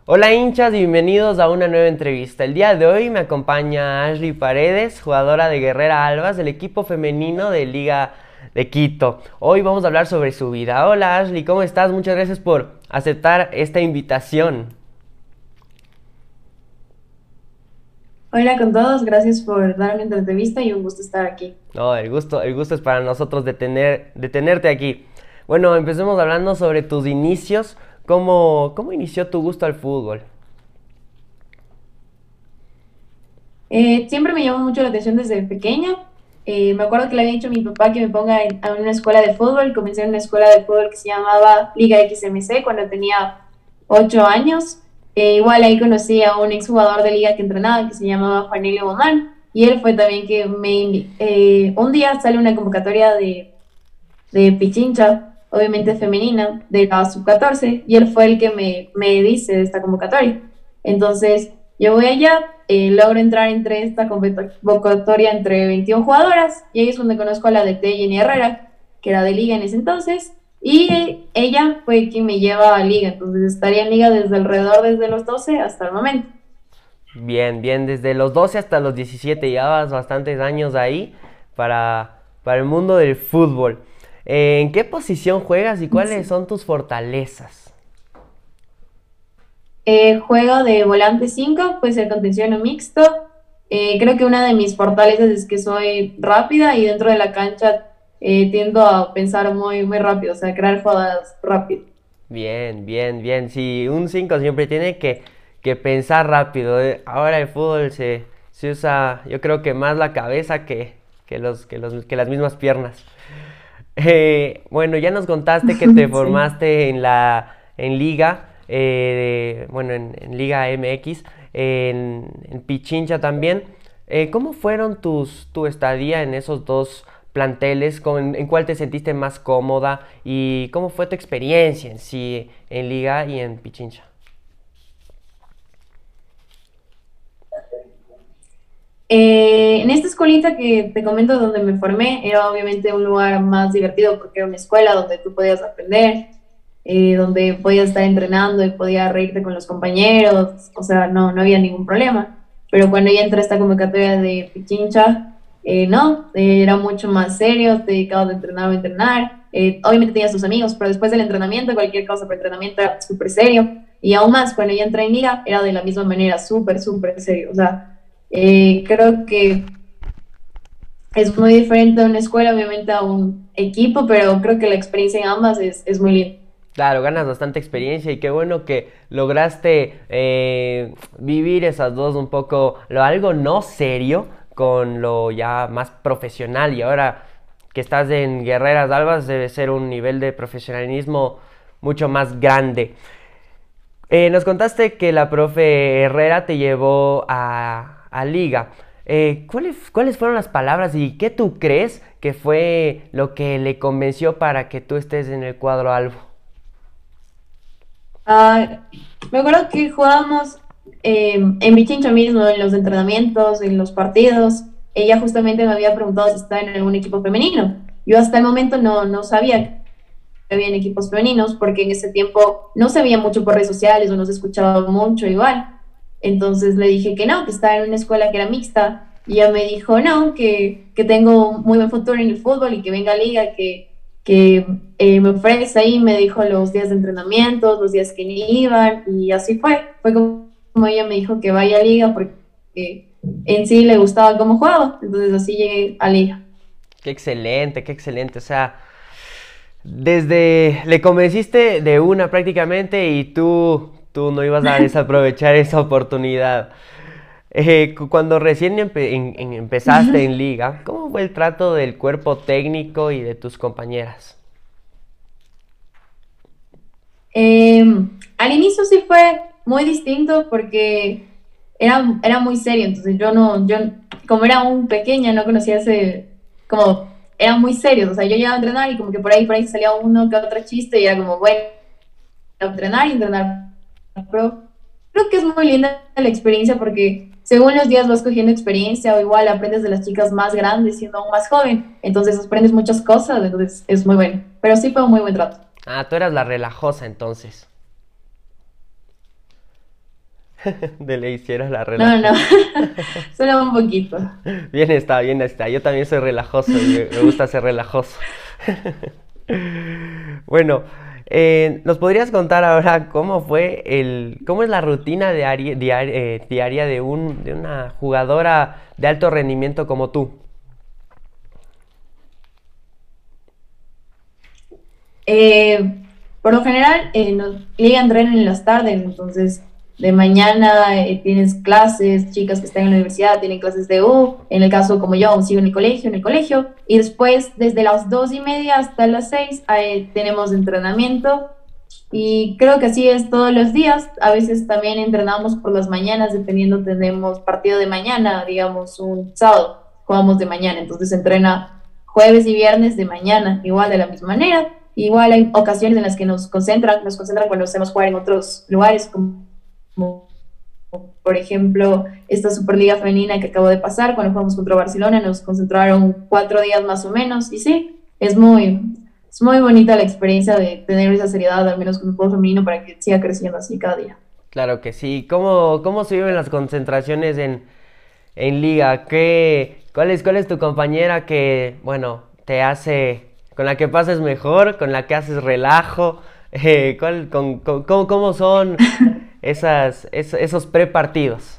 Hola hinchas y bienvenidos a una nueva entrevista. El día de hoy me acompaña Ashley Paredes, jugadora de Guerrera Albas del equipo femenino de Liga de Quito. Hoy vamos a hablar sobre su vida. Hola Ashley, ¿cómo estás? Muchas gracias por aceptar esta invitación. Hola con todos, gracias por darme esta entrevista y un gusto estar aquí. No, el gusto es para nosotros de tenerte aquí. Bueno, empecemos hablando sobre tus inicios. ¿Cómo inició tu gusto al fútbol? Siempre me llamó mucho la atención desde pequeña. Me acuerdo que le había dicho a mi papá que me ponga a una escuela de fútbol. Comencé en una escuela de fútbol que se llamaba Liga XMC cuando tenía 8 años. Igual ahí conocí a un exjugador de liga que entrenaba que se llamaba Juanelio Bonán. Y él fue también que un día sale una convocatoria de Pichincha, obviamente femenina, de la sub-14, y él fue el que me dice de esta convocatoria. Entonces, yo voy allá, logro entrar entre esta convocatoria entre 21 jugadoras, y ahí es donde conozco a la DT Jenny Herrera, que era de liga en ese entonces, y ella fue quien me lleva a liga, entonces estaría en liga desde los 12 hasta el momento. Bien, bien, desde los 12 hasta los 17 llevabas bastantes años ahí para el mundo del fútbol. ¿En qué posición juegas y cuáles Sí. son tus fortalezas? Juego de volante 5, puede ser contención o mixto. Creo que una de mis fortalezas es que soy rápida y dentro de la cancha tiendo a pensar muy rápido, o sea, crear jugadas rápido. Bien, bien, bien. Sí, un 5 siempre tiene que pensar rápido. Ahora el fútbol se usa, yo creo que más la cabeza que las mismas piernas. Bueno, ya nos contaste que te Sí. formaste en Liga, bueno, en Liga MX, en Pichincha también. ¿Cómo fueron tu estadía en esos dos planteles? ¿En cuál te sentiste más cómoda? ¿Y cómo fue tu experiencia en sí en Liga y en Pichincha? En esta escuelita que te comento donde me formé, era obviamente un lugar más divertido porque era una escuela donde tú podías aprender, donde podías estar entrenando y podías reírte con los compañeros, o sea, no había ningún problema. Pero cuando ya entré a esta convocatoria de Pichincha, no, era mucho más serio, te dedicabas de entrenar a entrenar. Obviamente tenías tus amigos, pero después del entrenamiento, cualquier cosa para entrenamiento era súper serio. Y aún más, cuando ya entré en liga, era de la misma manera, súper serio. O sea, creo que es muy diferente a una escuela, obviamente a un equipo, pero creo que la experiencia en ambas es muy linda. Claro, ganas bastante experiencia y qué bueno que lograste vivir esas dos un poco, lo algo no serio con lo ya más profesional y ahora que estás en Guerreras Albas debe ser un nivel de profesionalismo mucho más grande. Nos contaste que la profe Herrera te llevó a Liga. ¿Cuáles fueron las palabras y qué tú crees que fue lo que le convenció para que tú estés en el cuadro albo? Ah, me acuerdo que jugábamos en Pichincha mismo, en los entrenamientos, en los partidos. Ella justamente me había preguntado si estaba en algún equipo femenino. Yo hasta el momento no sabía que había equipos femeninos porque en ese tiempo no se veía mucho por redes sociales o no se escuchaba mucho igual. Entonces le dije que no, que estaba en una escuela que era mixta. Y ella me dijo, no, que tengo muy buen futuro en el fútbol y que venga a liga, que me ofrece ahí, me dijo los días de entrenamiento, los días que iban, y así fue. Fue como ella me dijo que vaya a liga porque en sí le gustaba cómo jugaba. Entonces así llegué a liga. Qué excelente, qué excelente. O sea, desde le convenciste de una prácticamente y tú no ibas a desaprovechar esa oportunidad. Cuando recién empezaste en liga, ¿cómo fue el trato del cuerpo técnico y de tus compañeras? Eh, Al inicio sí fue muy distinto porque era muy serio, entonces yo como era un pequeña, no conocía como, eran muy serios, o sea, yo llegaba a entrenar y como que por ahí salía uno que otro chiste y era como, bueno, entrenar y entrenar, pero creo que es muy linda la experiencia porque según los días vas cogiendo experiencia o igual aprendes de las chicas más grandes siendo aún más joven, entonces aprendes muchas cosas, entonces es muy bueno, pero sí fue un muy buen trato. Ah, tú eras la relajosa entonces. de le hicieras la No, no, relajosa. solo un poquito. Bien está, bien está. Yo también soy relajoso y me gusta ser relajoso. Bueno, ¿nos podrías contar ahora cómo es la rutina diaria de una jugadora de alto rendimiento como tú? Eh, por lo general, nos liga entrenan en las tardes, entonces de mañana tienes clases, chicas que están en la universidad tienen clases de U, en el caso como yo, aún sigo en el colegio, y después desde las 2:30 hasta las 6 tenemos entrenamiento, y creo que así es todos los días. A veces también entrenamos por las mañanas, dependiendo, tenemos partido de mañana, digamos un sábado, jugamos de mañana, entonces se entrena jueves y viernes de mañana, igual de la misma manera. Igual hay ocasiones en las que nos concentran cuando hacemos jugar en otros lugares, como por ejemplo esta Superliga Femenina que acabó de pasar, cuando jugamos contra Barcelona, nos concentraron 4 días más o menos, y sí, es muy bonita la experiencia de tener esa seriedad, al menos con el fútbol femenino, para que siga creciendo así cada día. Claro que sí. ¿Cómo se viven las concentraciones en liga? ¿Cuál es tu compañera que, bueno, con la que pases mejor, con la que haces relajo? ¿Cómo son esos prepartidos?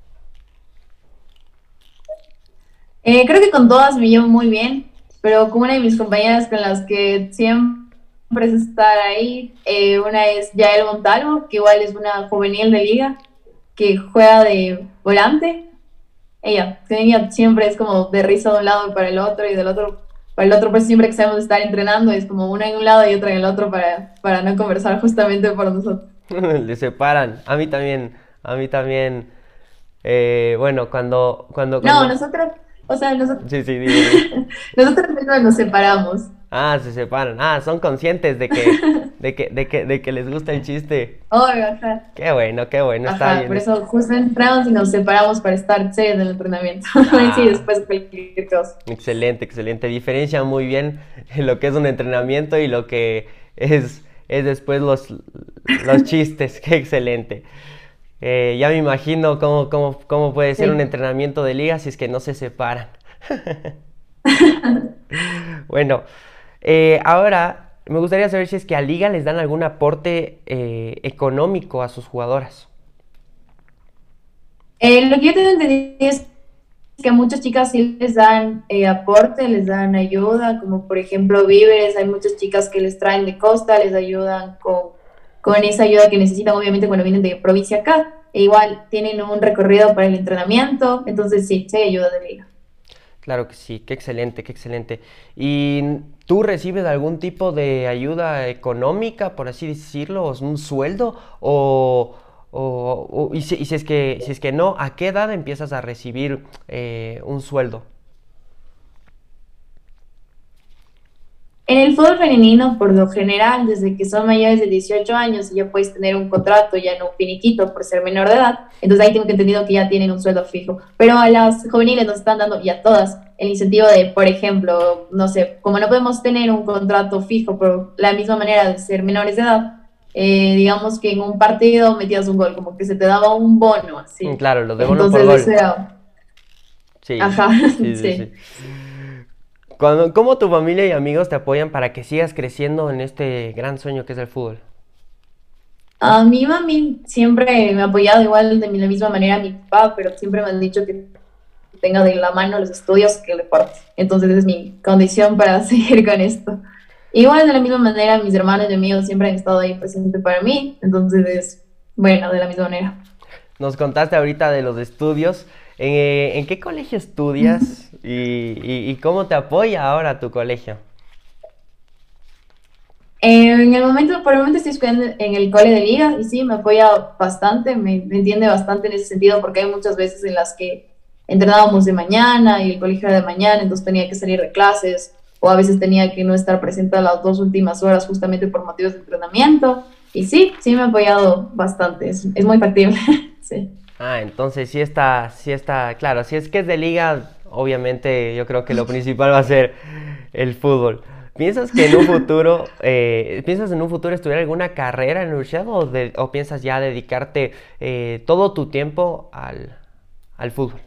Creo que con todas me llevo muy bien, pero con una de mis compañeras con las que siempre es estar ahí, una es Yael Montalvo, que igual es una juvenil de liga, que juega de volante. Ella siempre es como de risa de un lado para el otro y del otro para el otro, pues siempre que sabemos estar entrenando es como una en un lado y otra en el otro para no conversar justamente por nosotros. Le separan. A mí también. Bueno, No, nosotros, o sea, Sí, sí, dime, dime. nosotros mismos nos separamos. Ah, se separan. Ah, son conscientes de que les gusta el chiste. Obvio, ajá. Qué bueno, está Ajá, bien. por eso justo entramos y nos separamos para estar serios en el entrenamiento. Sí, Ah, después cualquier cosa. excelente, excelente. Diferencia muy bien lo que es un entrenamiento y lo que es después los chistes. Qué excelente. Ya me imagino cómo puede ser un Sí. entrenamiento de liga si es que no se separan. Bueno, ahora me gustaría saber si es que a liga les dan algún aporte económico a sus jugadoras. Lo que yo tengo entendido es que a muchas chicas sí les dan aporte, les dan ayuda, como por ejemplo víveres. Hay muchas chicas que les traen de costa, les ayudan con esa ayuda que necesitan, obviamente, cuando vienen de provincia acá. E igual tienen un recorrido para el entrenamiento, entonces sí, sí hay ayuda de liga. Claro que sí, qué excelente, qué excelente. ¿Y tú recibes algún tipo de ayuda económica, por así decirlo, o un sueldo? Y si es que no, ¿a qué edad empiezas a recibir un sueldo? En el fútbol femenino, por lo general, desde que son mayores de 18 años, ya puedes tener un contrato, ya no finiquito por ser menor de edad. Entonces ahí tengo que entendido que ya tienen un sueldo fijo. Pero a las juveniles nos están dando, y a todas, el incentivo de, por ejemplo, no sé, como no podemos tener un contrato fijo por la misma manera de ser menores de edad, digamos que en un partido metías un gol, como que se te daba un bono, así. Claro, lo de bono por Entonces eso gol. era, Sí, ajá, sí, sí, sí. sí. ¿Cómo tu familia y amigos te apoyan para que sigas creciendo en este gran sueño que es el fútbol? A mi mami siempre me ha apoyado igual de la misma manera a mi papá, pero siempre me han dicho que tenga de la mano los estudios que el deporte. Entonces esa es mi condición para seguir con esto. Igual de la misma manera mis hermanos y amigos siempre han estado ahí presentes para mí, entonces es bueno, de la misma manera. Nos contaste ahorita de los estudios. ¿En qué colegio estudias y cómo te apoya ahora tu colegio? Por el momento estoy estudiando en el cole de liga y sí, me apoya bastante, me entiende bastante en ese sentido, porque hay muchas veces en las que entrenábamos de mañana y el colegio era de mañana, entonces tenía que salir de clases, o a veces tenía que no estar presente a las 2 últimas horas justamente por motivos de entrenamiento. Y sí, sí me ha apoyado bastante, es muy factible. Sí. Ah, entonces sí está, claro, si es que es de liga, obviamente yo creo que lo principal va a ser el fútbol. ¿Piensas que en un futuro, piensas en un futuro estudiar alguna carrera en la universidad o piensas ya dedicarte todo tu tiempo al fútbol?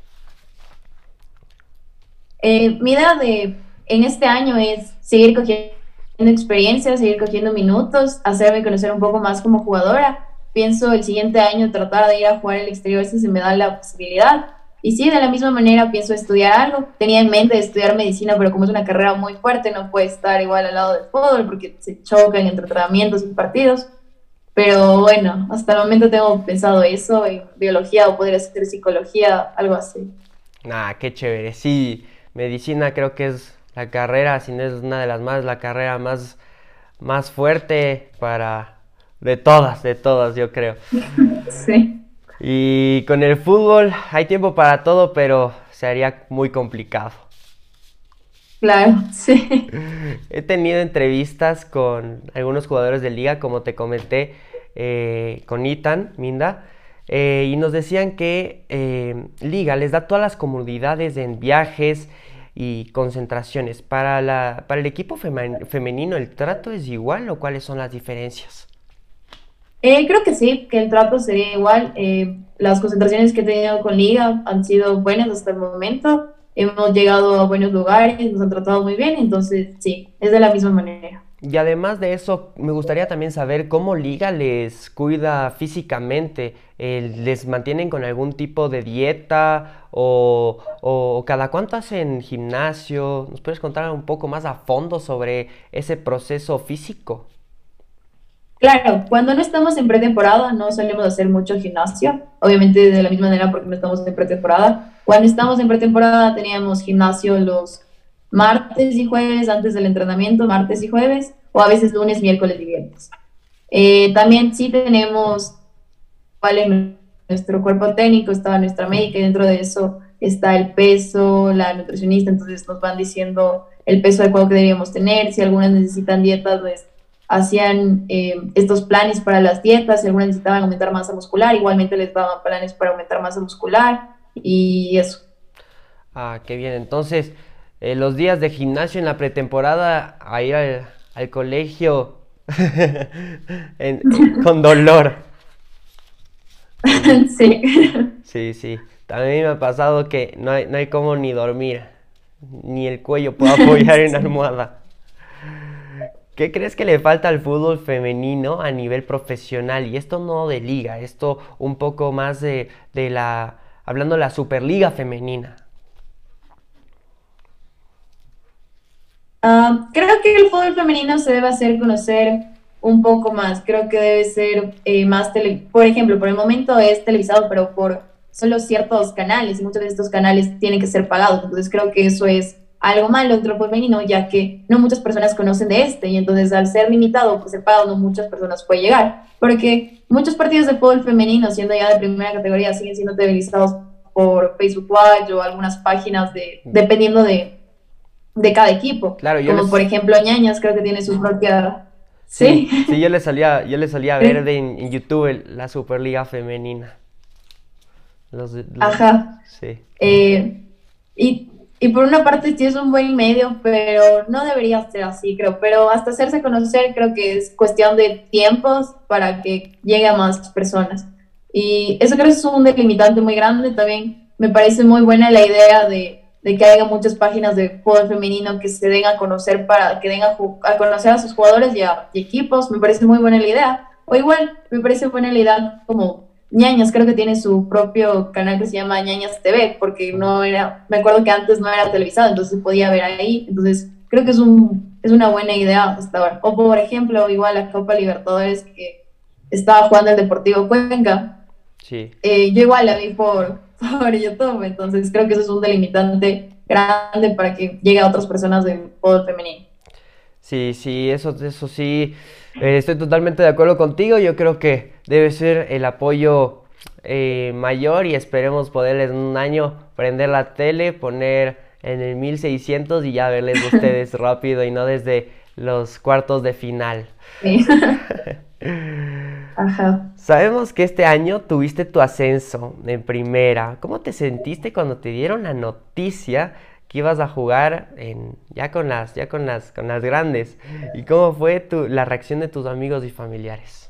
Mi idea en este año es seguir cogiendo experiencia, seguir cogiendo minutos, hacerme conocer un poco más como jugadora. Pienso el siguiente año tratar de ir a jugar al exterior si se me da la posibilidad. Y sí, de la misma manera pienso estudiar algo. Tenía en mente estudiar medicina, pero como es una carrera muy fuerte, no puede estar igual al lado del fútbol porque se chocan entre entrenamientos y partidos. Pero bueno, hasta el momento tengo pensado eso, en biología o podría ser psicología, algo así. Ah, qué chévere. Sí, medicina creo que es la carrera, si no es una de las más, la carrera más fuerte de todas, yo creo. Sí, Y con el fútbol hay tiempo para todo, pero se haría muy complicado. claro, sí. He tenido entrevistas con algunos jugadores de liga, como te comenté, con Itan Minda, y nos decían que liga les da todas las comodidades en viajes y concentraciones. Para el equipo femenino, ¿el trato es igual o cuáles son las diferencias? Creo que sí, que el trato sería igual. Las concentraciones que he tenido con Liga han sido buenas hasta el momento. Hemos llegado a buenos lugares, nos han tratado muy bien, entonces sí, es de la misma manera. Y además de eso, me gustaría también saber cómo Liga les cuida físicamente. ¿Les mantienen con algún tipo de dieta o cada cuánto hacen gimnasio? ¿Nos puedes contar un poco más a fondo sobre ese proceso físico? Claro, cuando no estamos en pretemporada no solemos hacer mucho gimnasio, obviamente de la misma manera porque no estamos en pretemporada. Cuando estamos en pretemporada teníamos gimnasio los martes y jueves antes del entrenamiento, martes y jueves, o a veces lunes, miércoles y viernes. También sí tenemos cuál es nuestro cuerpo técnico, está nuestra médica y dentro de eso está el peso, la nutricionista, entonces nos van diciendo el peso adecuado que deberíamos tener, si algunas necesitan dietas, pues hacían estos planes para las dietas, si algunas necesitaban aumentar masa muscular, igualmente les daban planes para aumentar masa muscular y eso. Ah, qué bien. Entonces, los días de gimnasio en la pretemporada a ir al colegio con dolor. Sí. Sí, sí. También me ha pasado que no hay como ni dormir, ni el cuello puedo apoyar en la Sí. almohada. ¿Qué crees que le falta al fútbol femenino a nivel profesional? Y esto no de liga, esto un poco más hablando de la Superliga femenina. Creo que el fútbol femenino se debe hacer conocer un poco más. Creo que debe ser más por ejemplo, por el momento es televisado, pero por solo ciertos canales y muchos de estos canales tienen que ser pagados. Entonces creo que eso es algo malo entre el fútbol femenino, ya que no muchas personas conocen de este y entonces al ser limitado, pues ser pagado, no muchas personas pueden llegar. Porque muchos partidos de fútbol femenino, siendo ya de primera categoría, siguen siendo televisados por Facebook Watch o algunas páginas dependiendo de cada equipo, Claro, como por ejemplo Ñañas, creo que tiene su propia... sí, Sí, sí, yo le solía ver en YouTube la Superliga femenina. ajá. Sí. Eh, y, y por una parte sí es un buen medio, pero no debería ser así, creo. Pero hasta hacerse conocer creo que es cuestión de tiempos para que llegue a más personas. Y eso creo que es un delimitante muy grande. También me parece muy buena la idea de que haya muchas páginas de fútbol femenino que se den a conocer para que den a conocer a sus jugadores y equipos. Me parece muy buena la idea. O igual, me parece buena la idea como Ñañas, creo que tiene su propio canal que se llama Ñañas TV, porque no era, me acuerdo que antes no era televisado, entonces se podía ver ahí. Entonces, creo que es una buena idea hasta ahora. O por ejemplo, igual la Copa Libertadores que estaba jugando el Deportivo Cuenca, Sí. yo igual la vi por YouTube, entonces creo que eso es un delimitante grande para que llegue a otras personas del fútbol femenino. Sí, sí, eso sí, estoy totalmente de acuerdo contigo. Yo creo que debe ser el apoyo mayor y esperemos poderles en un año prender la tele, poner en el 1600 y ya verles a ustedes rápido y no desde los cuartos de final. Sí. Ajá. Sabemos que este año tuviste tu ascenso en primera. ¿Cómo te sentiste cuando te dieron la noticia que ibas a jugar con las grandes. ¿Y cómo fue la reacción de tus amigos y familiares?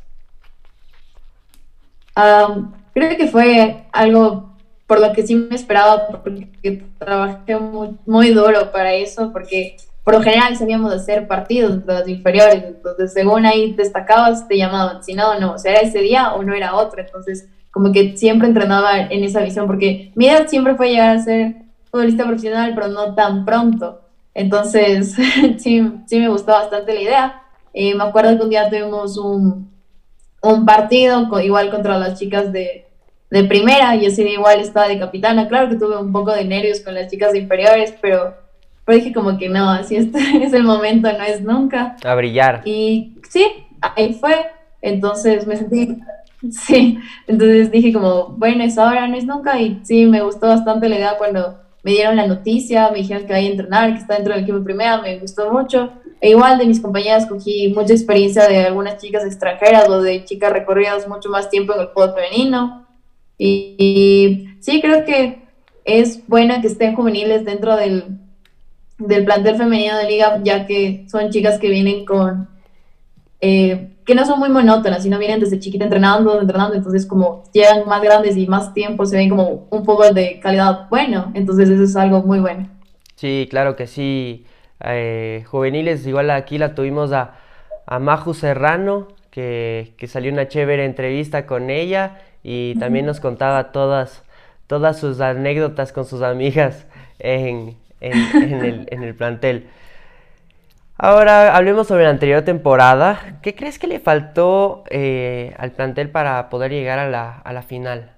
Creo que fue algo por lo que sí me esperaba, porque trabajé muy duro para eso, porque por lo general sabíamos hacer partidos entre las inferiores, entonces según ahí destacabas, te llamaban, si no, no, o sea, era ese día o no era otro, entonces como que siempre entrenaba en esa visión, porque mi edad siempre fue llegar a ser futbolista profesional, pero no tan pronto, entonces sí me gustó bastante la idea. Me acuerdo que un día tuvimos un partido igual contra las chicas de primera, yo sí igual estaba de capitana, claro que tuve un poco de nervios con las chicas inferiores, pero dije como que no, así este es el momento, no es nunca. A brillar. Y sí, ahí fue, entonces me sentí, sí, entonces dije como, bueno, es ahora, no es nunca, y sí, me gustó bastante la idea cuando me dieron la noticia, me dijeron que hay a entrenar, que está dentro del equipo de primera, me gustó mucho. E igual de mis compañeras cogí mucha experiencia de algunas chicas extranjeras o de chicas recorridas mucho más tiempo en el fútbol femenino. Y sí, creo que es bueno que estén juveniles dentro del plantel femenino de liga, ya que son chicas que vienen que no son muy monótonas, sino vienen desde chiquita entrenando, entonces como llegan más grandes y más tiempo, se ven como un fútbol de calidad bueno, entonces eso es algo muy bueno. Sí, claro que sí. Juveniles, igual aquí la tuvimos a Maju Serrano, que salió una chévere entrevista con ella y también nos contaba todas sus anécdotas con sus amigas en el plantel. Ahora hablemos sobre la anterior temporada. ¿Qué crees que le faltó al plantel para poder llegar a la final?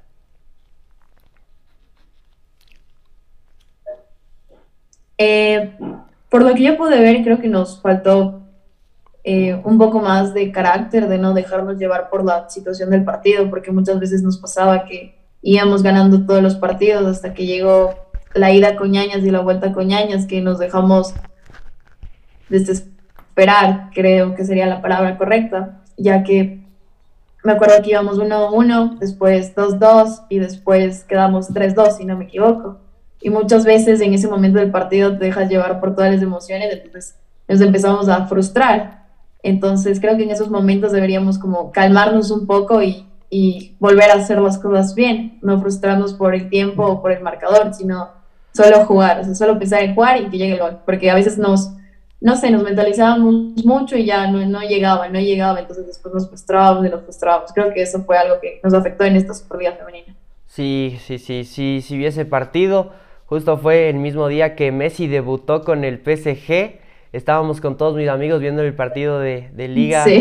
Eh, por lo que yo pude ver, creo que nos faltó un poco más de carácter, de no dejarnos llevar por la situación del partido, porque muchas veces nos pasaba que íbamos ganando todos los partidos hasta que llegó la ida con ñañas y la vuelta con ñañas, que nos dejamos desesperar, creo que sería la palabra correcta, ya que me acuerdo que íbamos 1-1, después 2-2 y después quedamos 3-2, si no me equivoco. Y muchas veces en ese momento del partido te dejas llevar por todas las emociones, entonces nos empezamos a frustrar. Entonces creo que en esos momentos deberíamos como calmarnos un poco y volver a hacer las cosas bien, no frustrarnos por el tiempo o por el marcador, sino solo jugar, o sea, solo pensar en jugar y que llegue el gol, porque a veces no sé, nos mentalizábamos mucho y ya no llegaba, entonces después nos frustrábamos y nos frustrábamos. Creo que eso fue algo que nos afectó en esta Superliga Femenina. Sí, sí, sí, sí, sí vi ese partido. Justo fue el mismo día que Messi debutó con el PSG. Estábamos con todos mis amigos viendo el partido de Liga, Sí,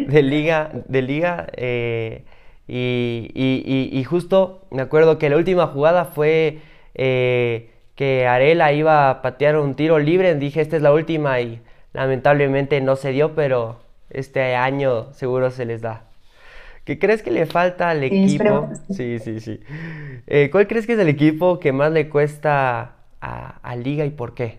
y justo me acuerdo que la última jugada fue que Arela iba a patear un tiro libre. Dije, esta es la última y lamentablemente no se dio, pero este año seguro se les da. ¿Qué crees que le falta al sí, esperemos equipo? que sí. Sí, sí, sí. ¿Cuál crees que es el equipo que más le cuesta a Liga y por qué?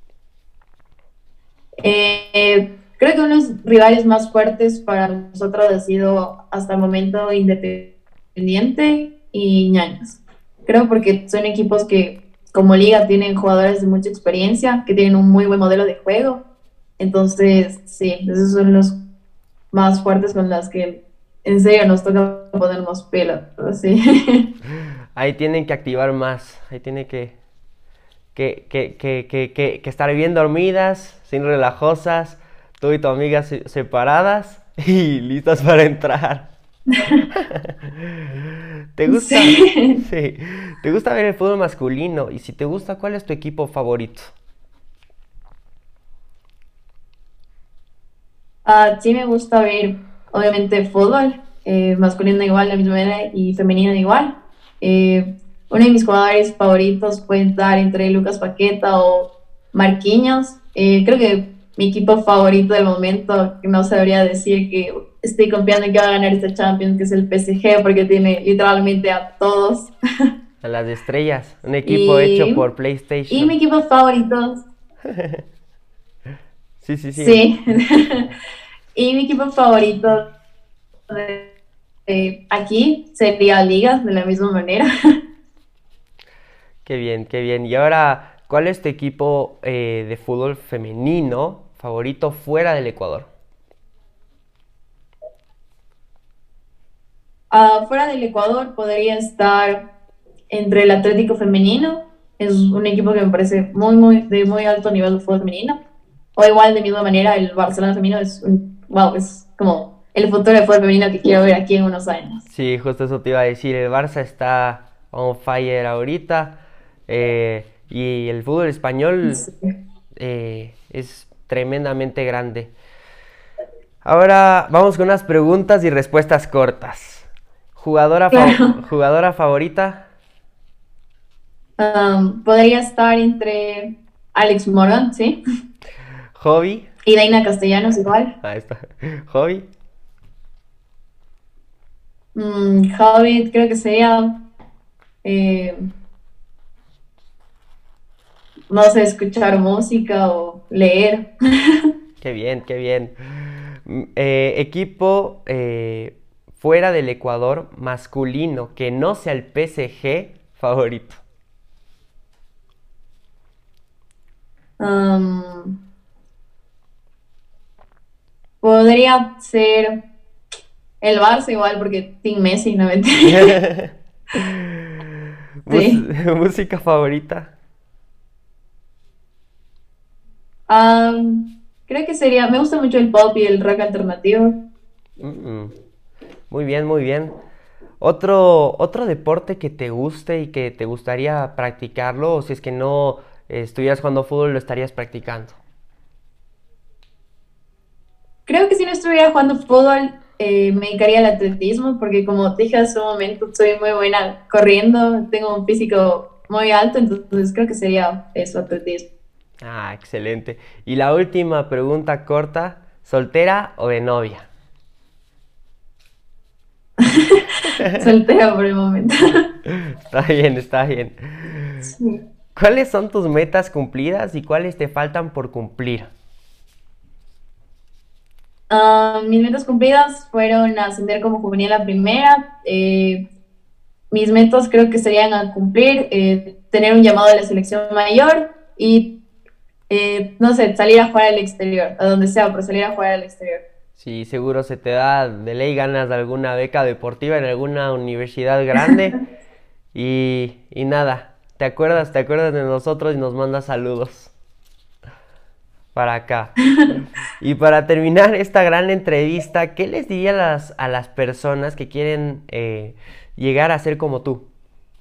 Creo que unos rivales más fuertes para nosotros ha sido hasta el momento Independiente y Ñañas. Creo porque son equipos que como liga tienen jugadores de mucha experiencia, que tienen un muy buen modelo de juego. Entonces, sí, esos son los más fuertes con las que en serio nos toca ponernos pila, así. Ahí tienen que activar más. Ahí tienen que estar bien dormidas, sin relajosas, tú y tu amiga separadas y listas para entrar. ¿Te gusta? Sí. Sí. ¿Te gusta ver el fútbol masculino? Y si te gusta, ¿cuál es tu equipo favorito? Sí me gusta ver, obviamente, fútbol, masculino igual, de la misma manera, y femenino igual. Uno de mis jugadores favoritos puede estar entre Lucas Paqueta o Marquinhos. Creo que mi equipo favorito del momento, que no sabría decir que estoy confiando en que va a ganar este Champions, que es el PSG, porque tiene literalmente a todos. A las estrellas, un equipo hecho Y, por y mi PlayStation. equipo favorito, Sí, sí, sí. sí, y mi equipo favorito aquí sería Ligas, de la misma manera. Qué bien, qué bien. Y ahora ¿cuál es tu equipo de fútbol femenino favorito fuera del Ecuador? Fuera del Ecuador podría estar entre el Atlético Femenino, es un equipo que me parece de muy alto nivel de fútbol femenino, o igual de misma manera el Barcelona Femenino wow, es como el futuro del fútbol femenino que quiero ver aquí en unos años. Sí, justo eso te iba a decir. El Barça está on fire ahorita. Y el fútbol español Sí. es tremendamente grande. Ahora vamos con unas preguntas y respuestas cortas. Claro. ¿Jugadora favorita? Podría estar entre Alex Morón, ¿sí? ¿Hobby? Y Daina Castellanos igual. Ahí está. ¿Hobby? Hobbit creo que sería, eh, no sé, escuchar música o leer. Qué bien, qué bien. Equipo fuera del Ecuador masculino que no sea el PSG favorito. Am, Podría ser el Barça igual porque Team Messi, no me Sí. Música favorita. Creo que sería, me gusta mucho el pop y el rock alternativo. Mm, Muy bien, muy bien. Otro deporte que te guste y que te gustaría practicarlo, o si es que no estuvieras jugando fútbol, lo estarías practicando. Creo que si no estuviera jugando fútbol, me dedicaría al atletismo, porque como te dije hace un momento, soy muy buena corriendo, tengo un físico muy alto, entonces creo que sería eso, atletismo. Ah, excelente. Y la última pregunta corta, ¿soltera o de novia? Soltera por el momento. Está bien, está bien. Sí. ¿Cuáles son tus metas cumplidas y cuáles te faltan por cumplir? Mis metas cumplidas fueron ascender como juvenil a primera. Mis metas creo que serían a cumplir, tener un llamado de la selección mayor y, no sé, salir a jugar al exterior, a donde sea, pero salir a jugar al exterior. Sí, seguro se te da de ley ganas de alguna beca deportiva en alguna universidad grande y nada, te acuerdas de nosotros y nos mandas saludos para acá. Y para terminar esta gran entrevista, ¿qué les diría a las personas que quieren llegar a ser como tú?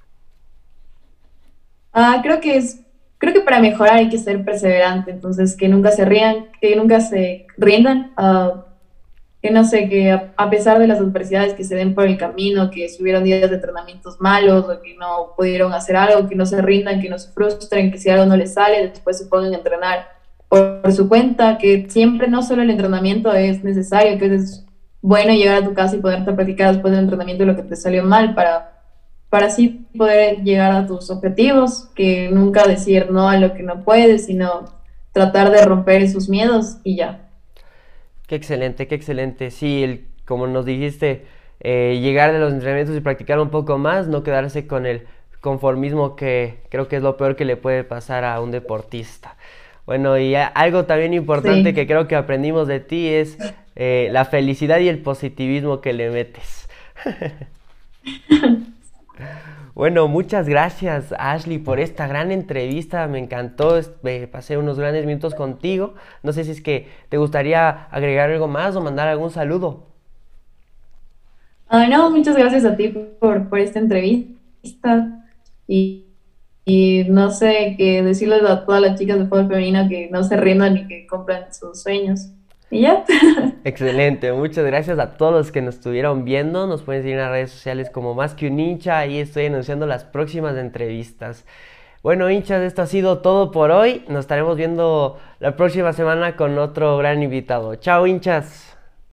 Creo que creo que para mejorar hay que ser perseverante, entonces que nunca se rían, que nunca se rindan, que no sé, que a pesar de las adversidades que se den por el camino, que si hubieron días de entrenamientos malos o que no pudieron hacer algo, que no se rindan, que no se frustren, que si algo no les sale, después se pongan a entrenar por su cuenta, que siempre no solo el entrenamiento es necesario, que es bueno llegar a tu casa y poderte practicar después del entrenamiento lo que te salió mal para así poder llegar a tus objetivos, que nunca decir no a lo que no puedes, sino tratar de romper esos miedos y ya. Qué excelente, qué excelente. Sí, como nos dijiste, llegar de los entrenamientos y practicar un poco más, no quedarse con el conformismo que creo que es lo peor que le puede pasar a un deportista. Bueno, y algo también importante Sí. que creo que aprendimos de ti es la felicidad y el positivismo que le metes. Bueno, muchas gracias Ashley por esta gran entrevista, me encantó, pasé unos grandes minutos contigo. No sé si es que te gustaría agregar algo más o mandar algún saludo. No, muchas gracias a ti por esta entrevista y, y no sé, que decirles a todas las chicas de fútbol femenino que no se rindan y que cumplan sus sueños. Y ya. Excelente, muchas gracias a todos los que nos estuvieron viendo. Nos pueden seguir en las redes sociales como Más que un hincha. Ahí estoy anunciando las próximas entrevistas. Bueno, hinchas, esto ha sido todo por hoy. Nos estaremos viendo la próxima semana con otro gran invitado. Chao, hinchas.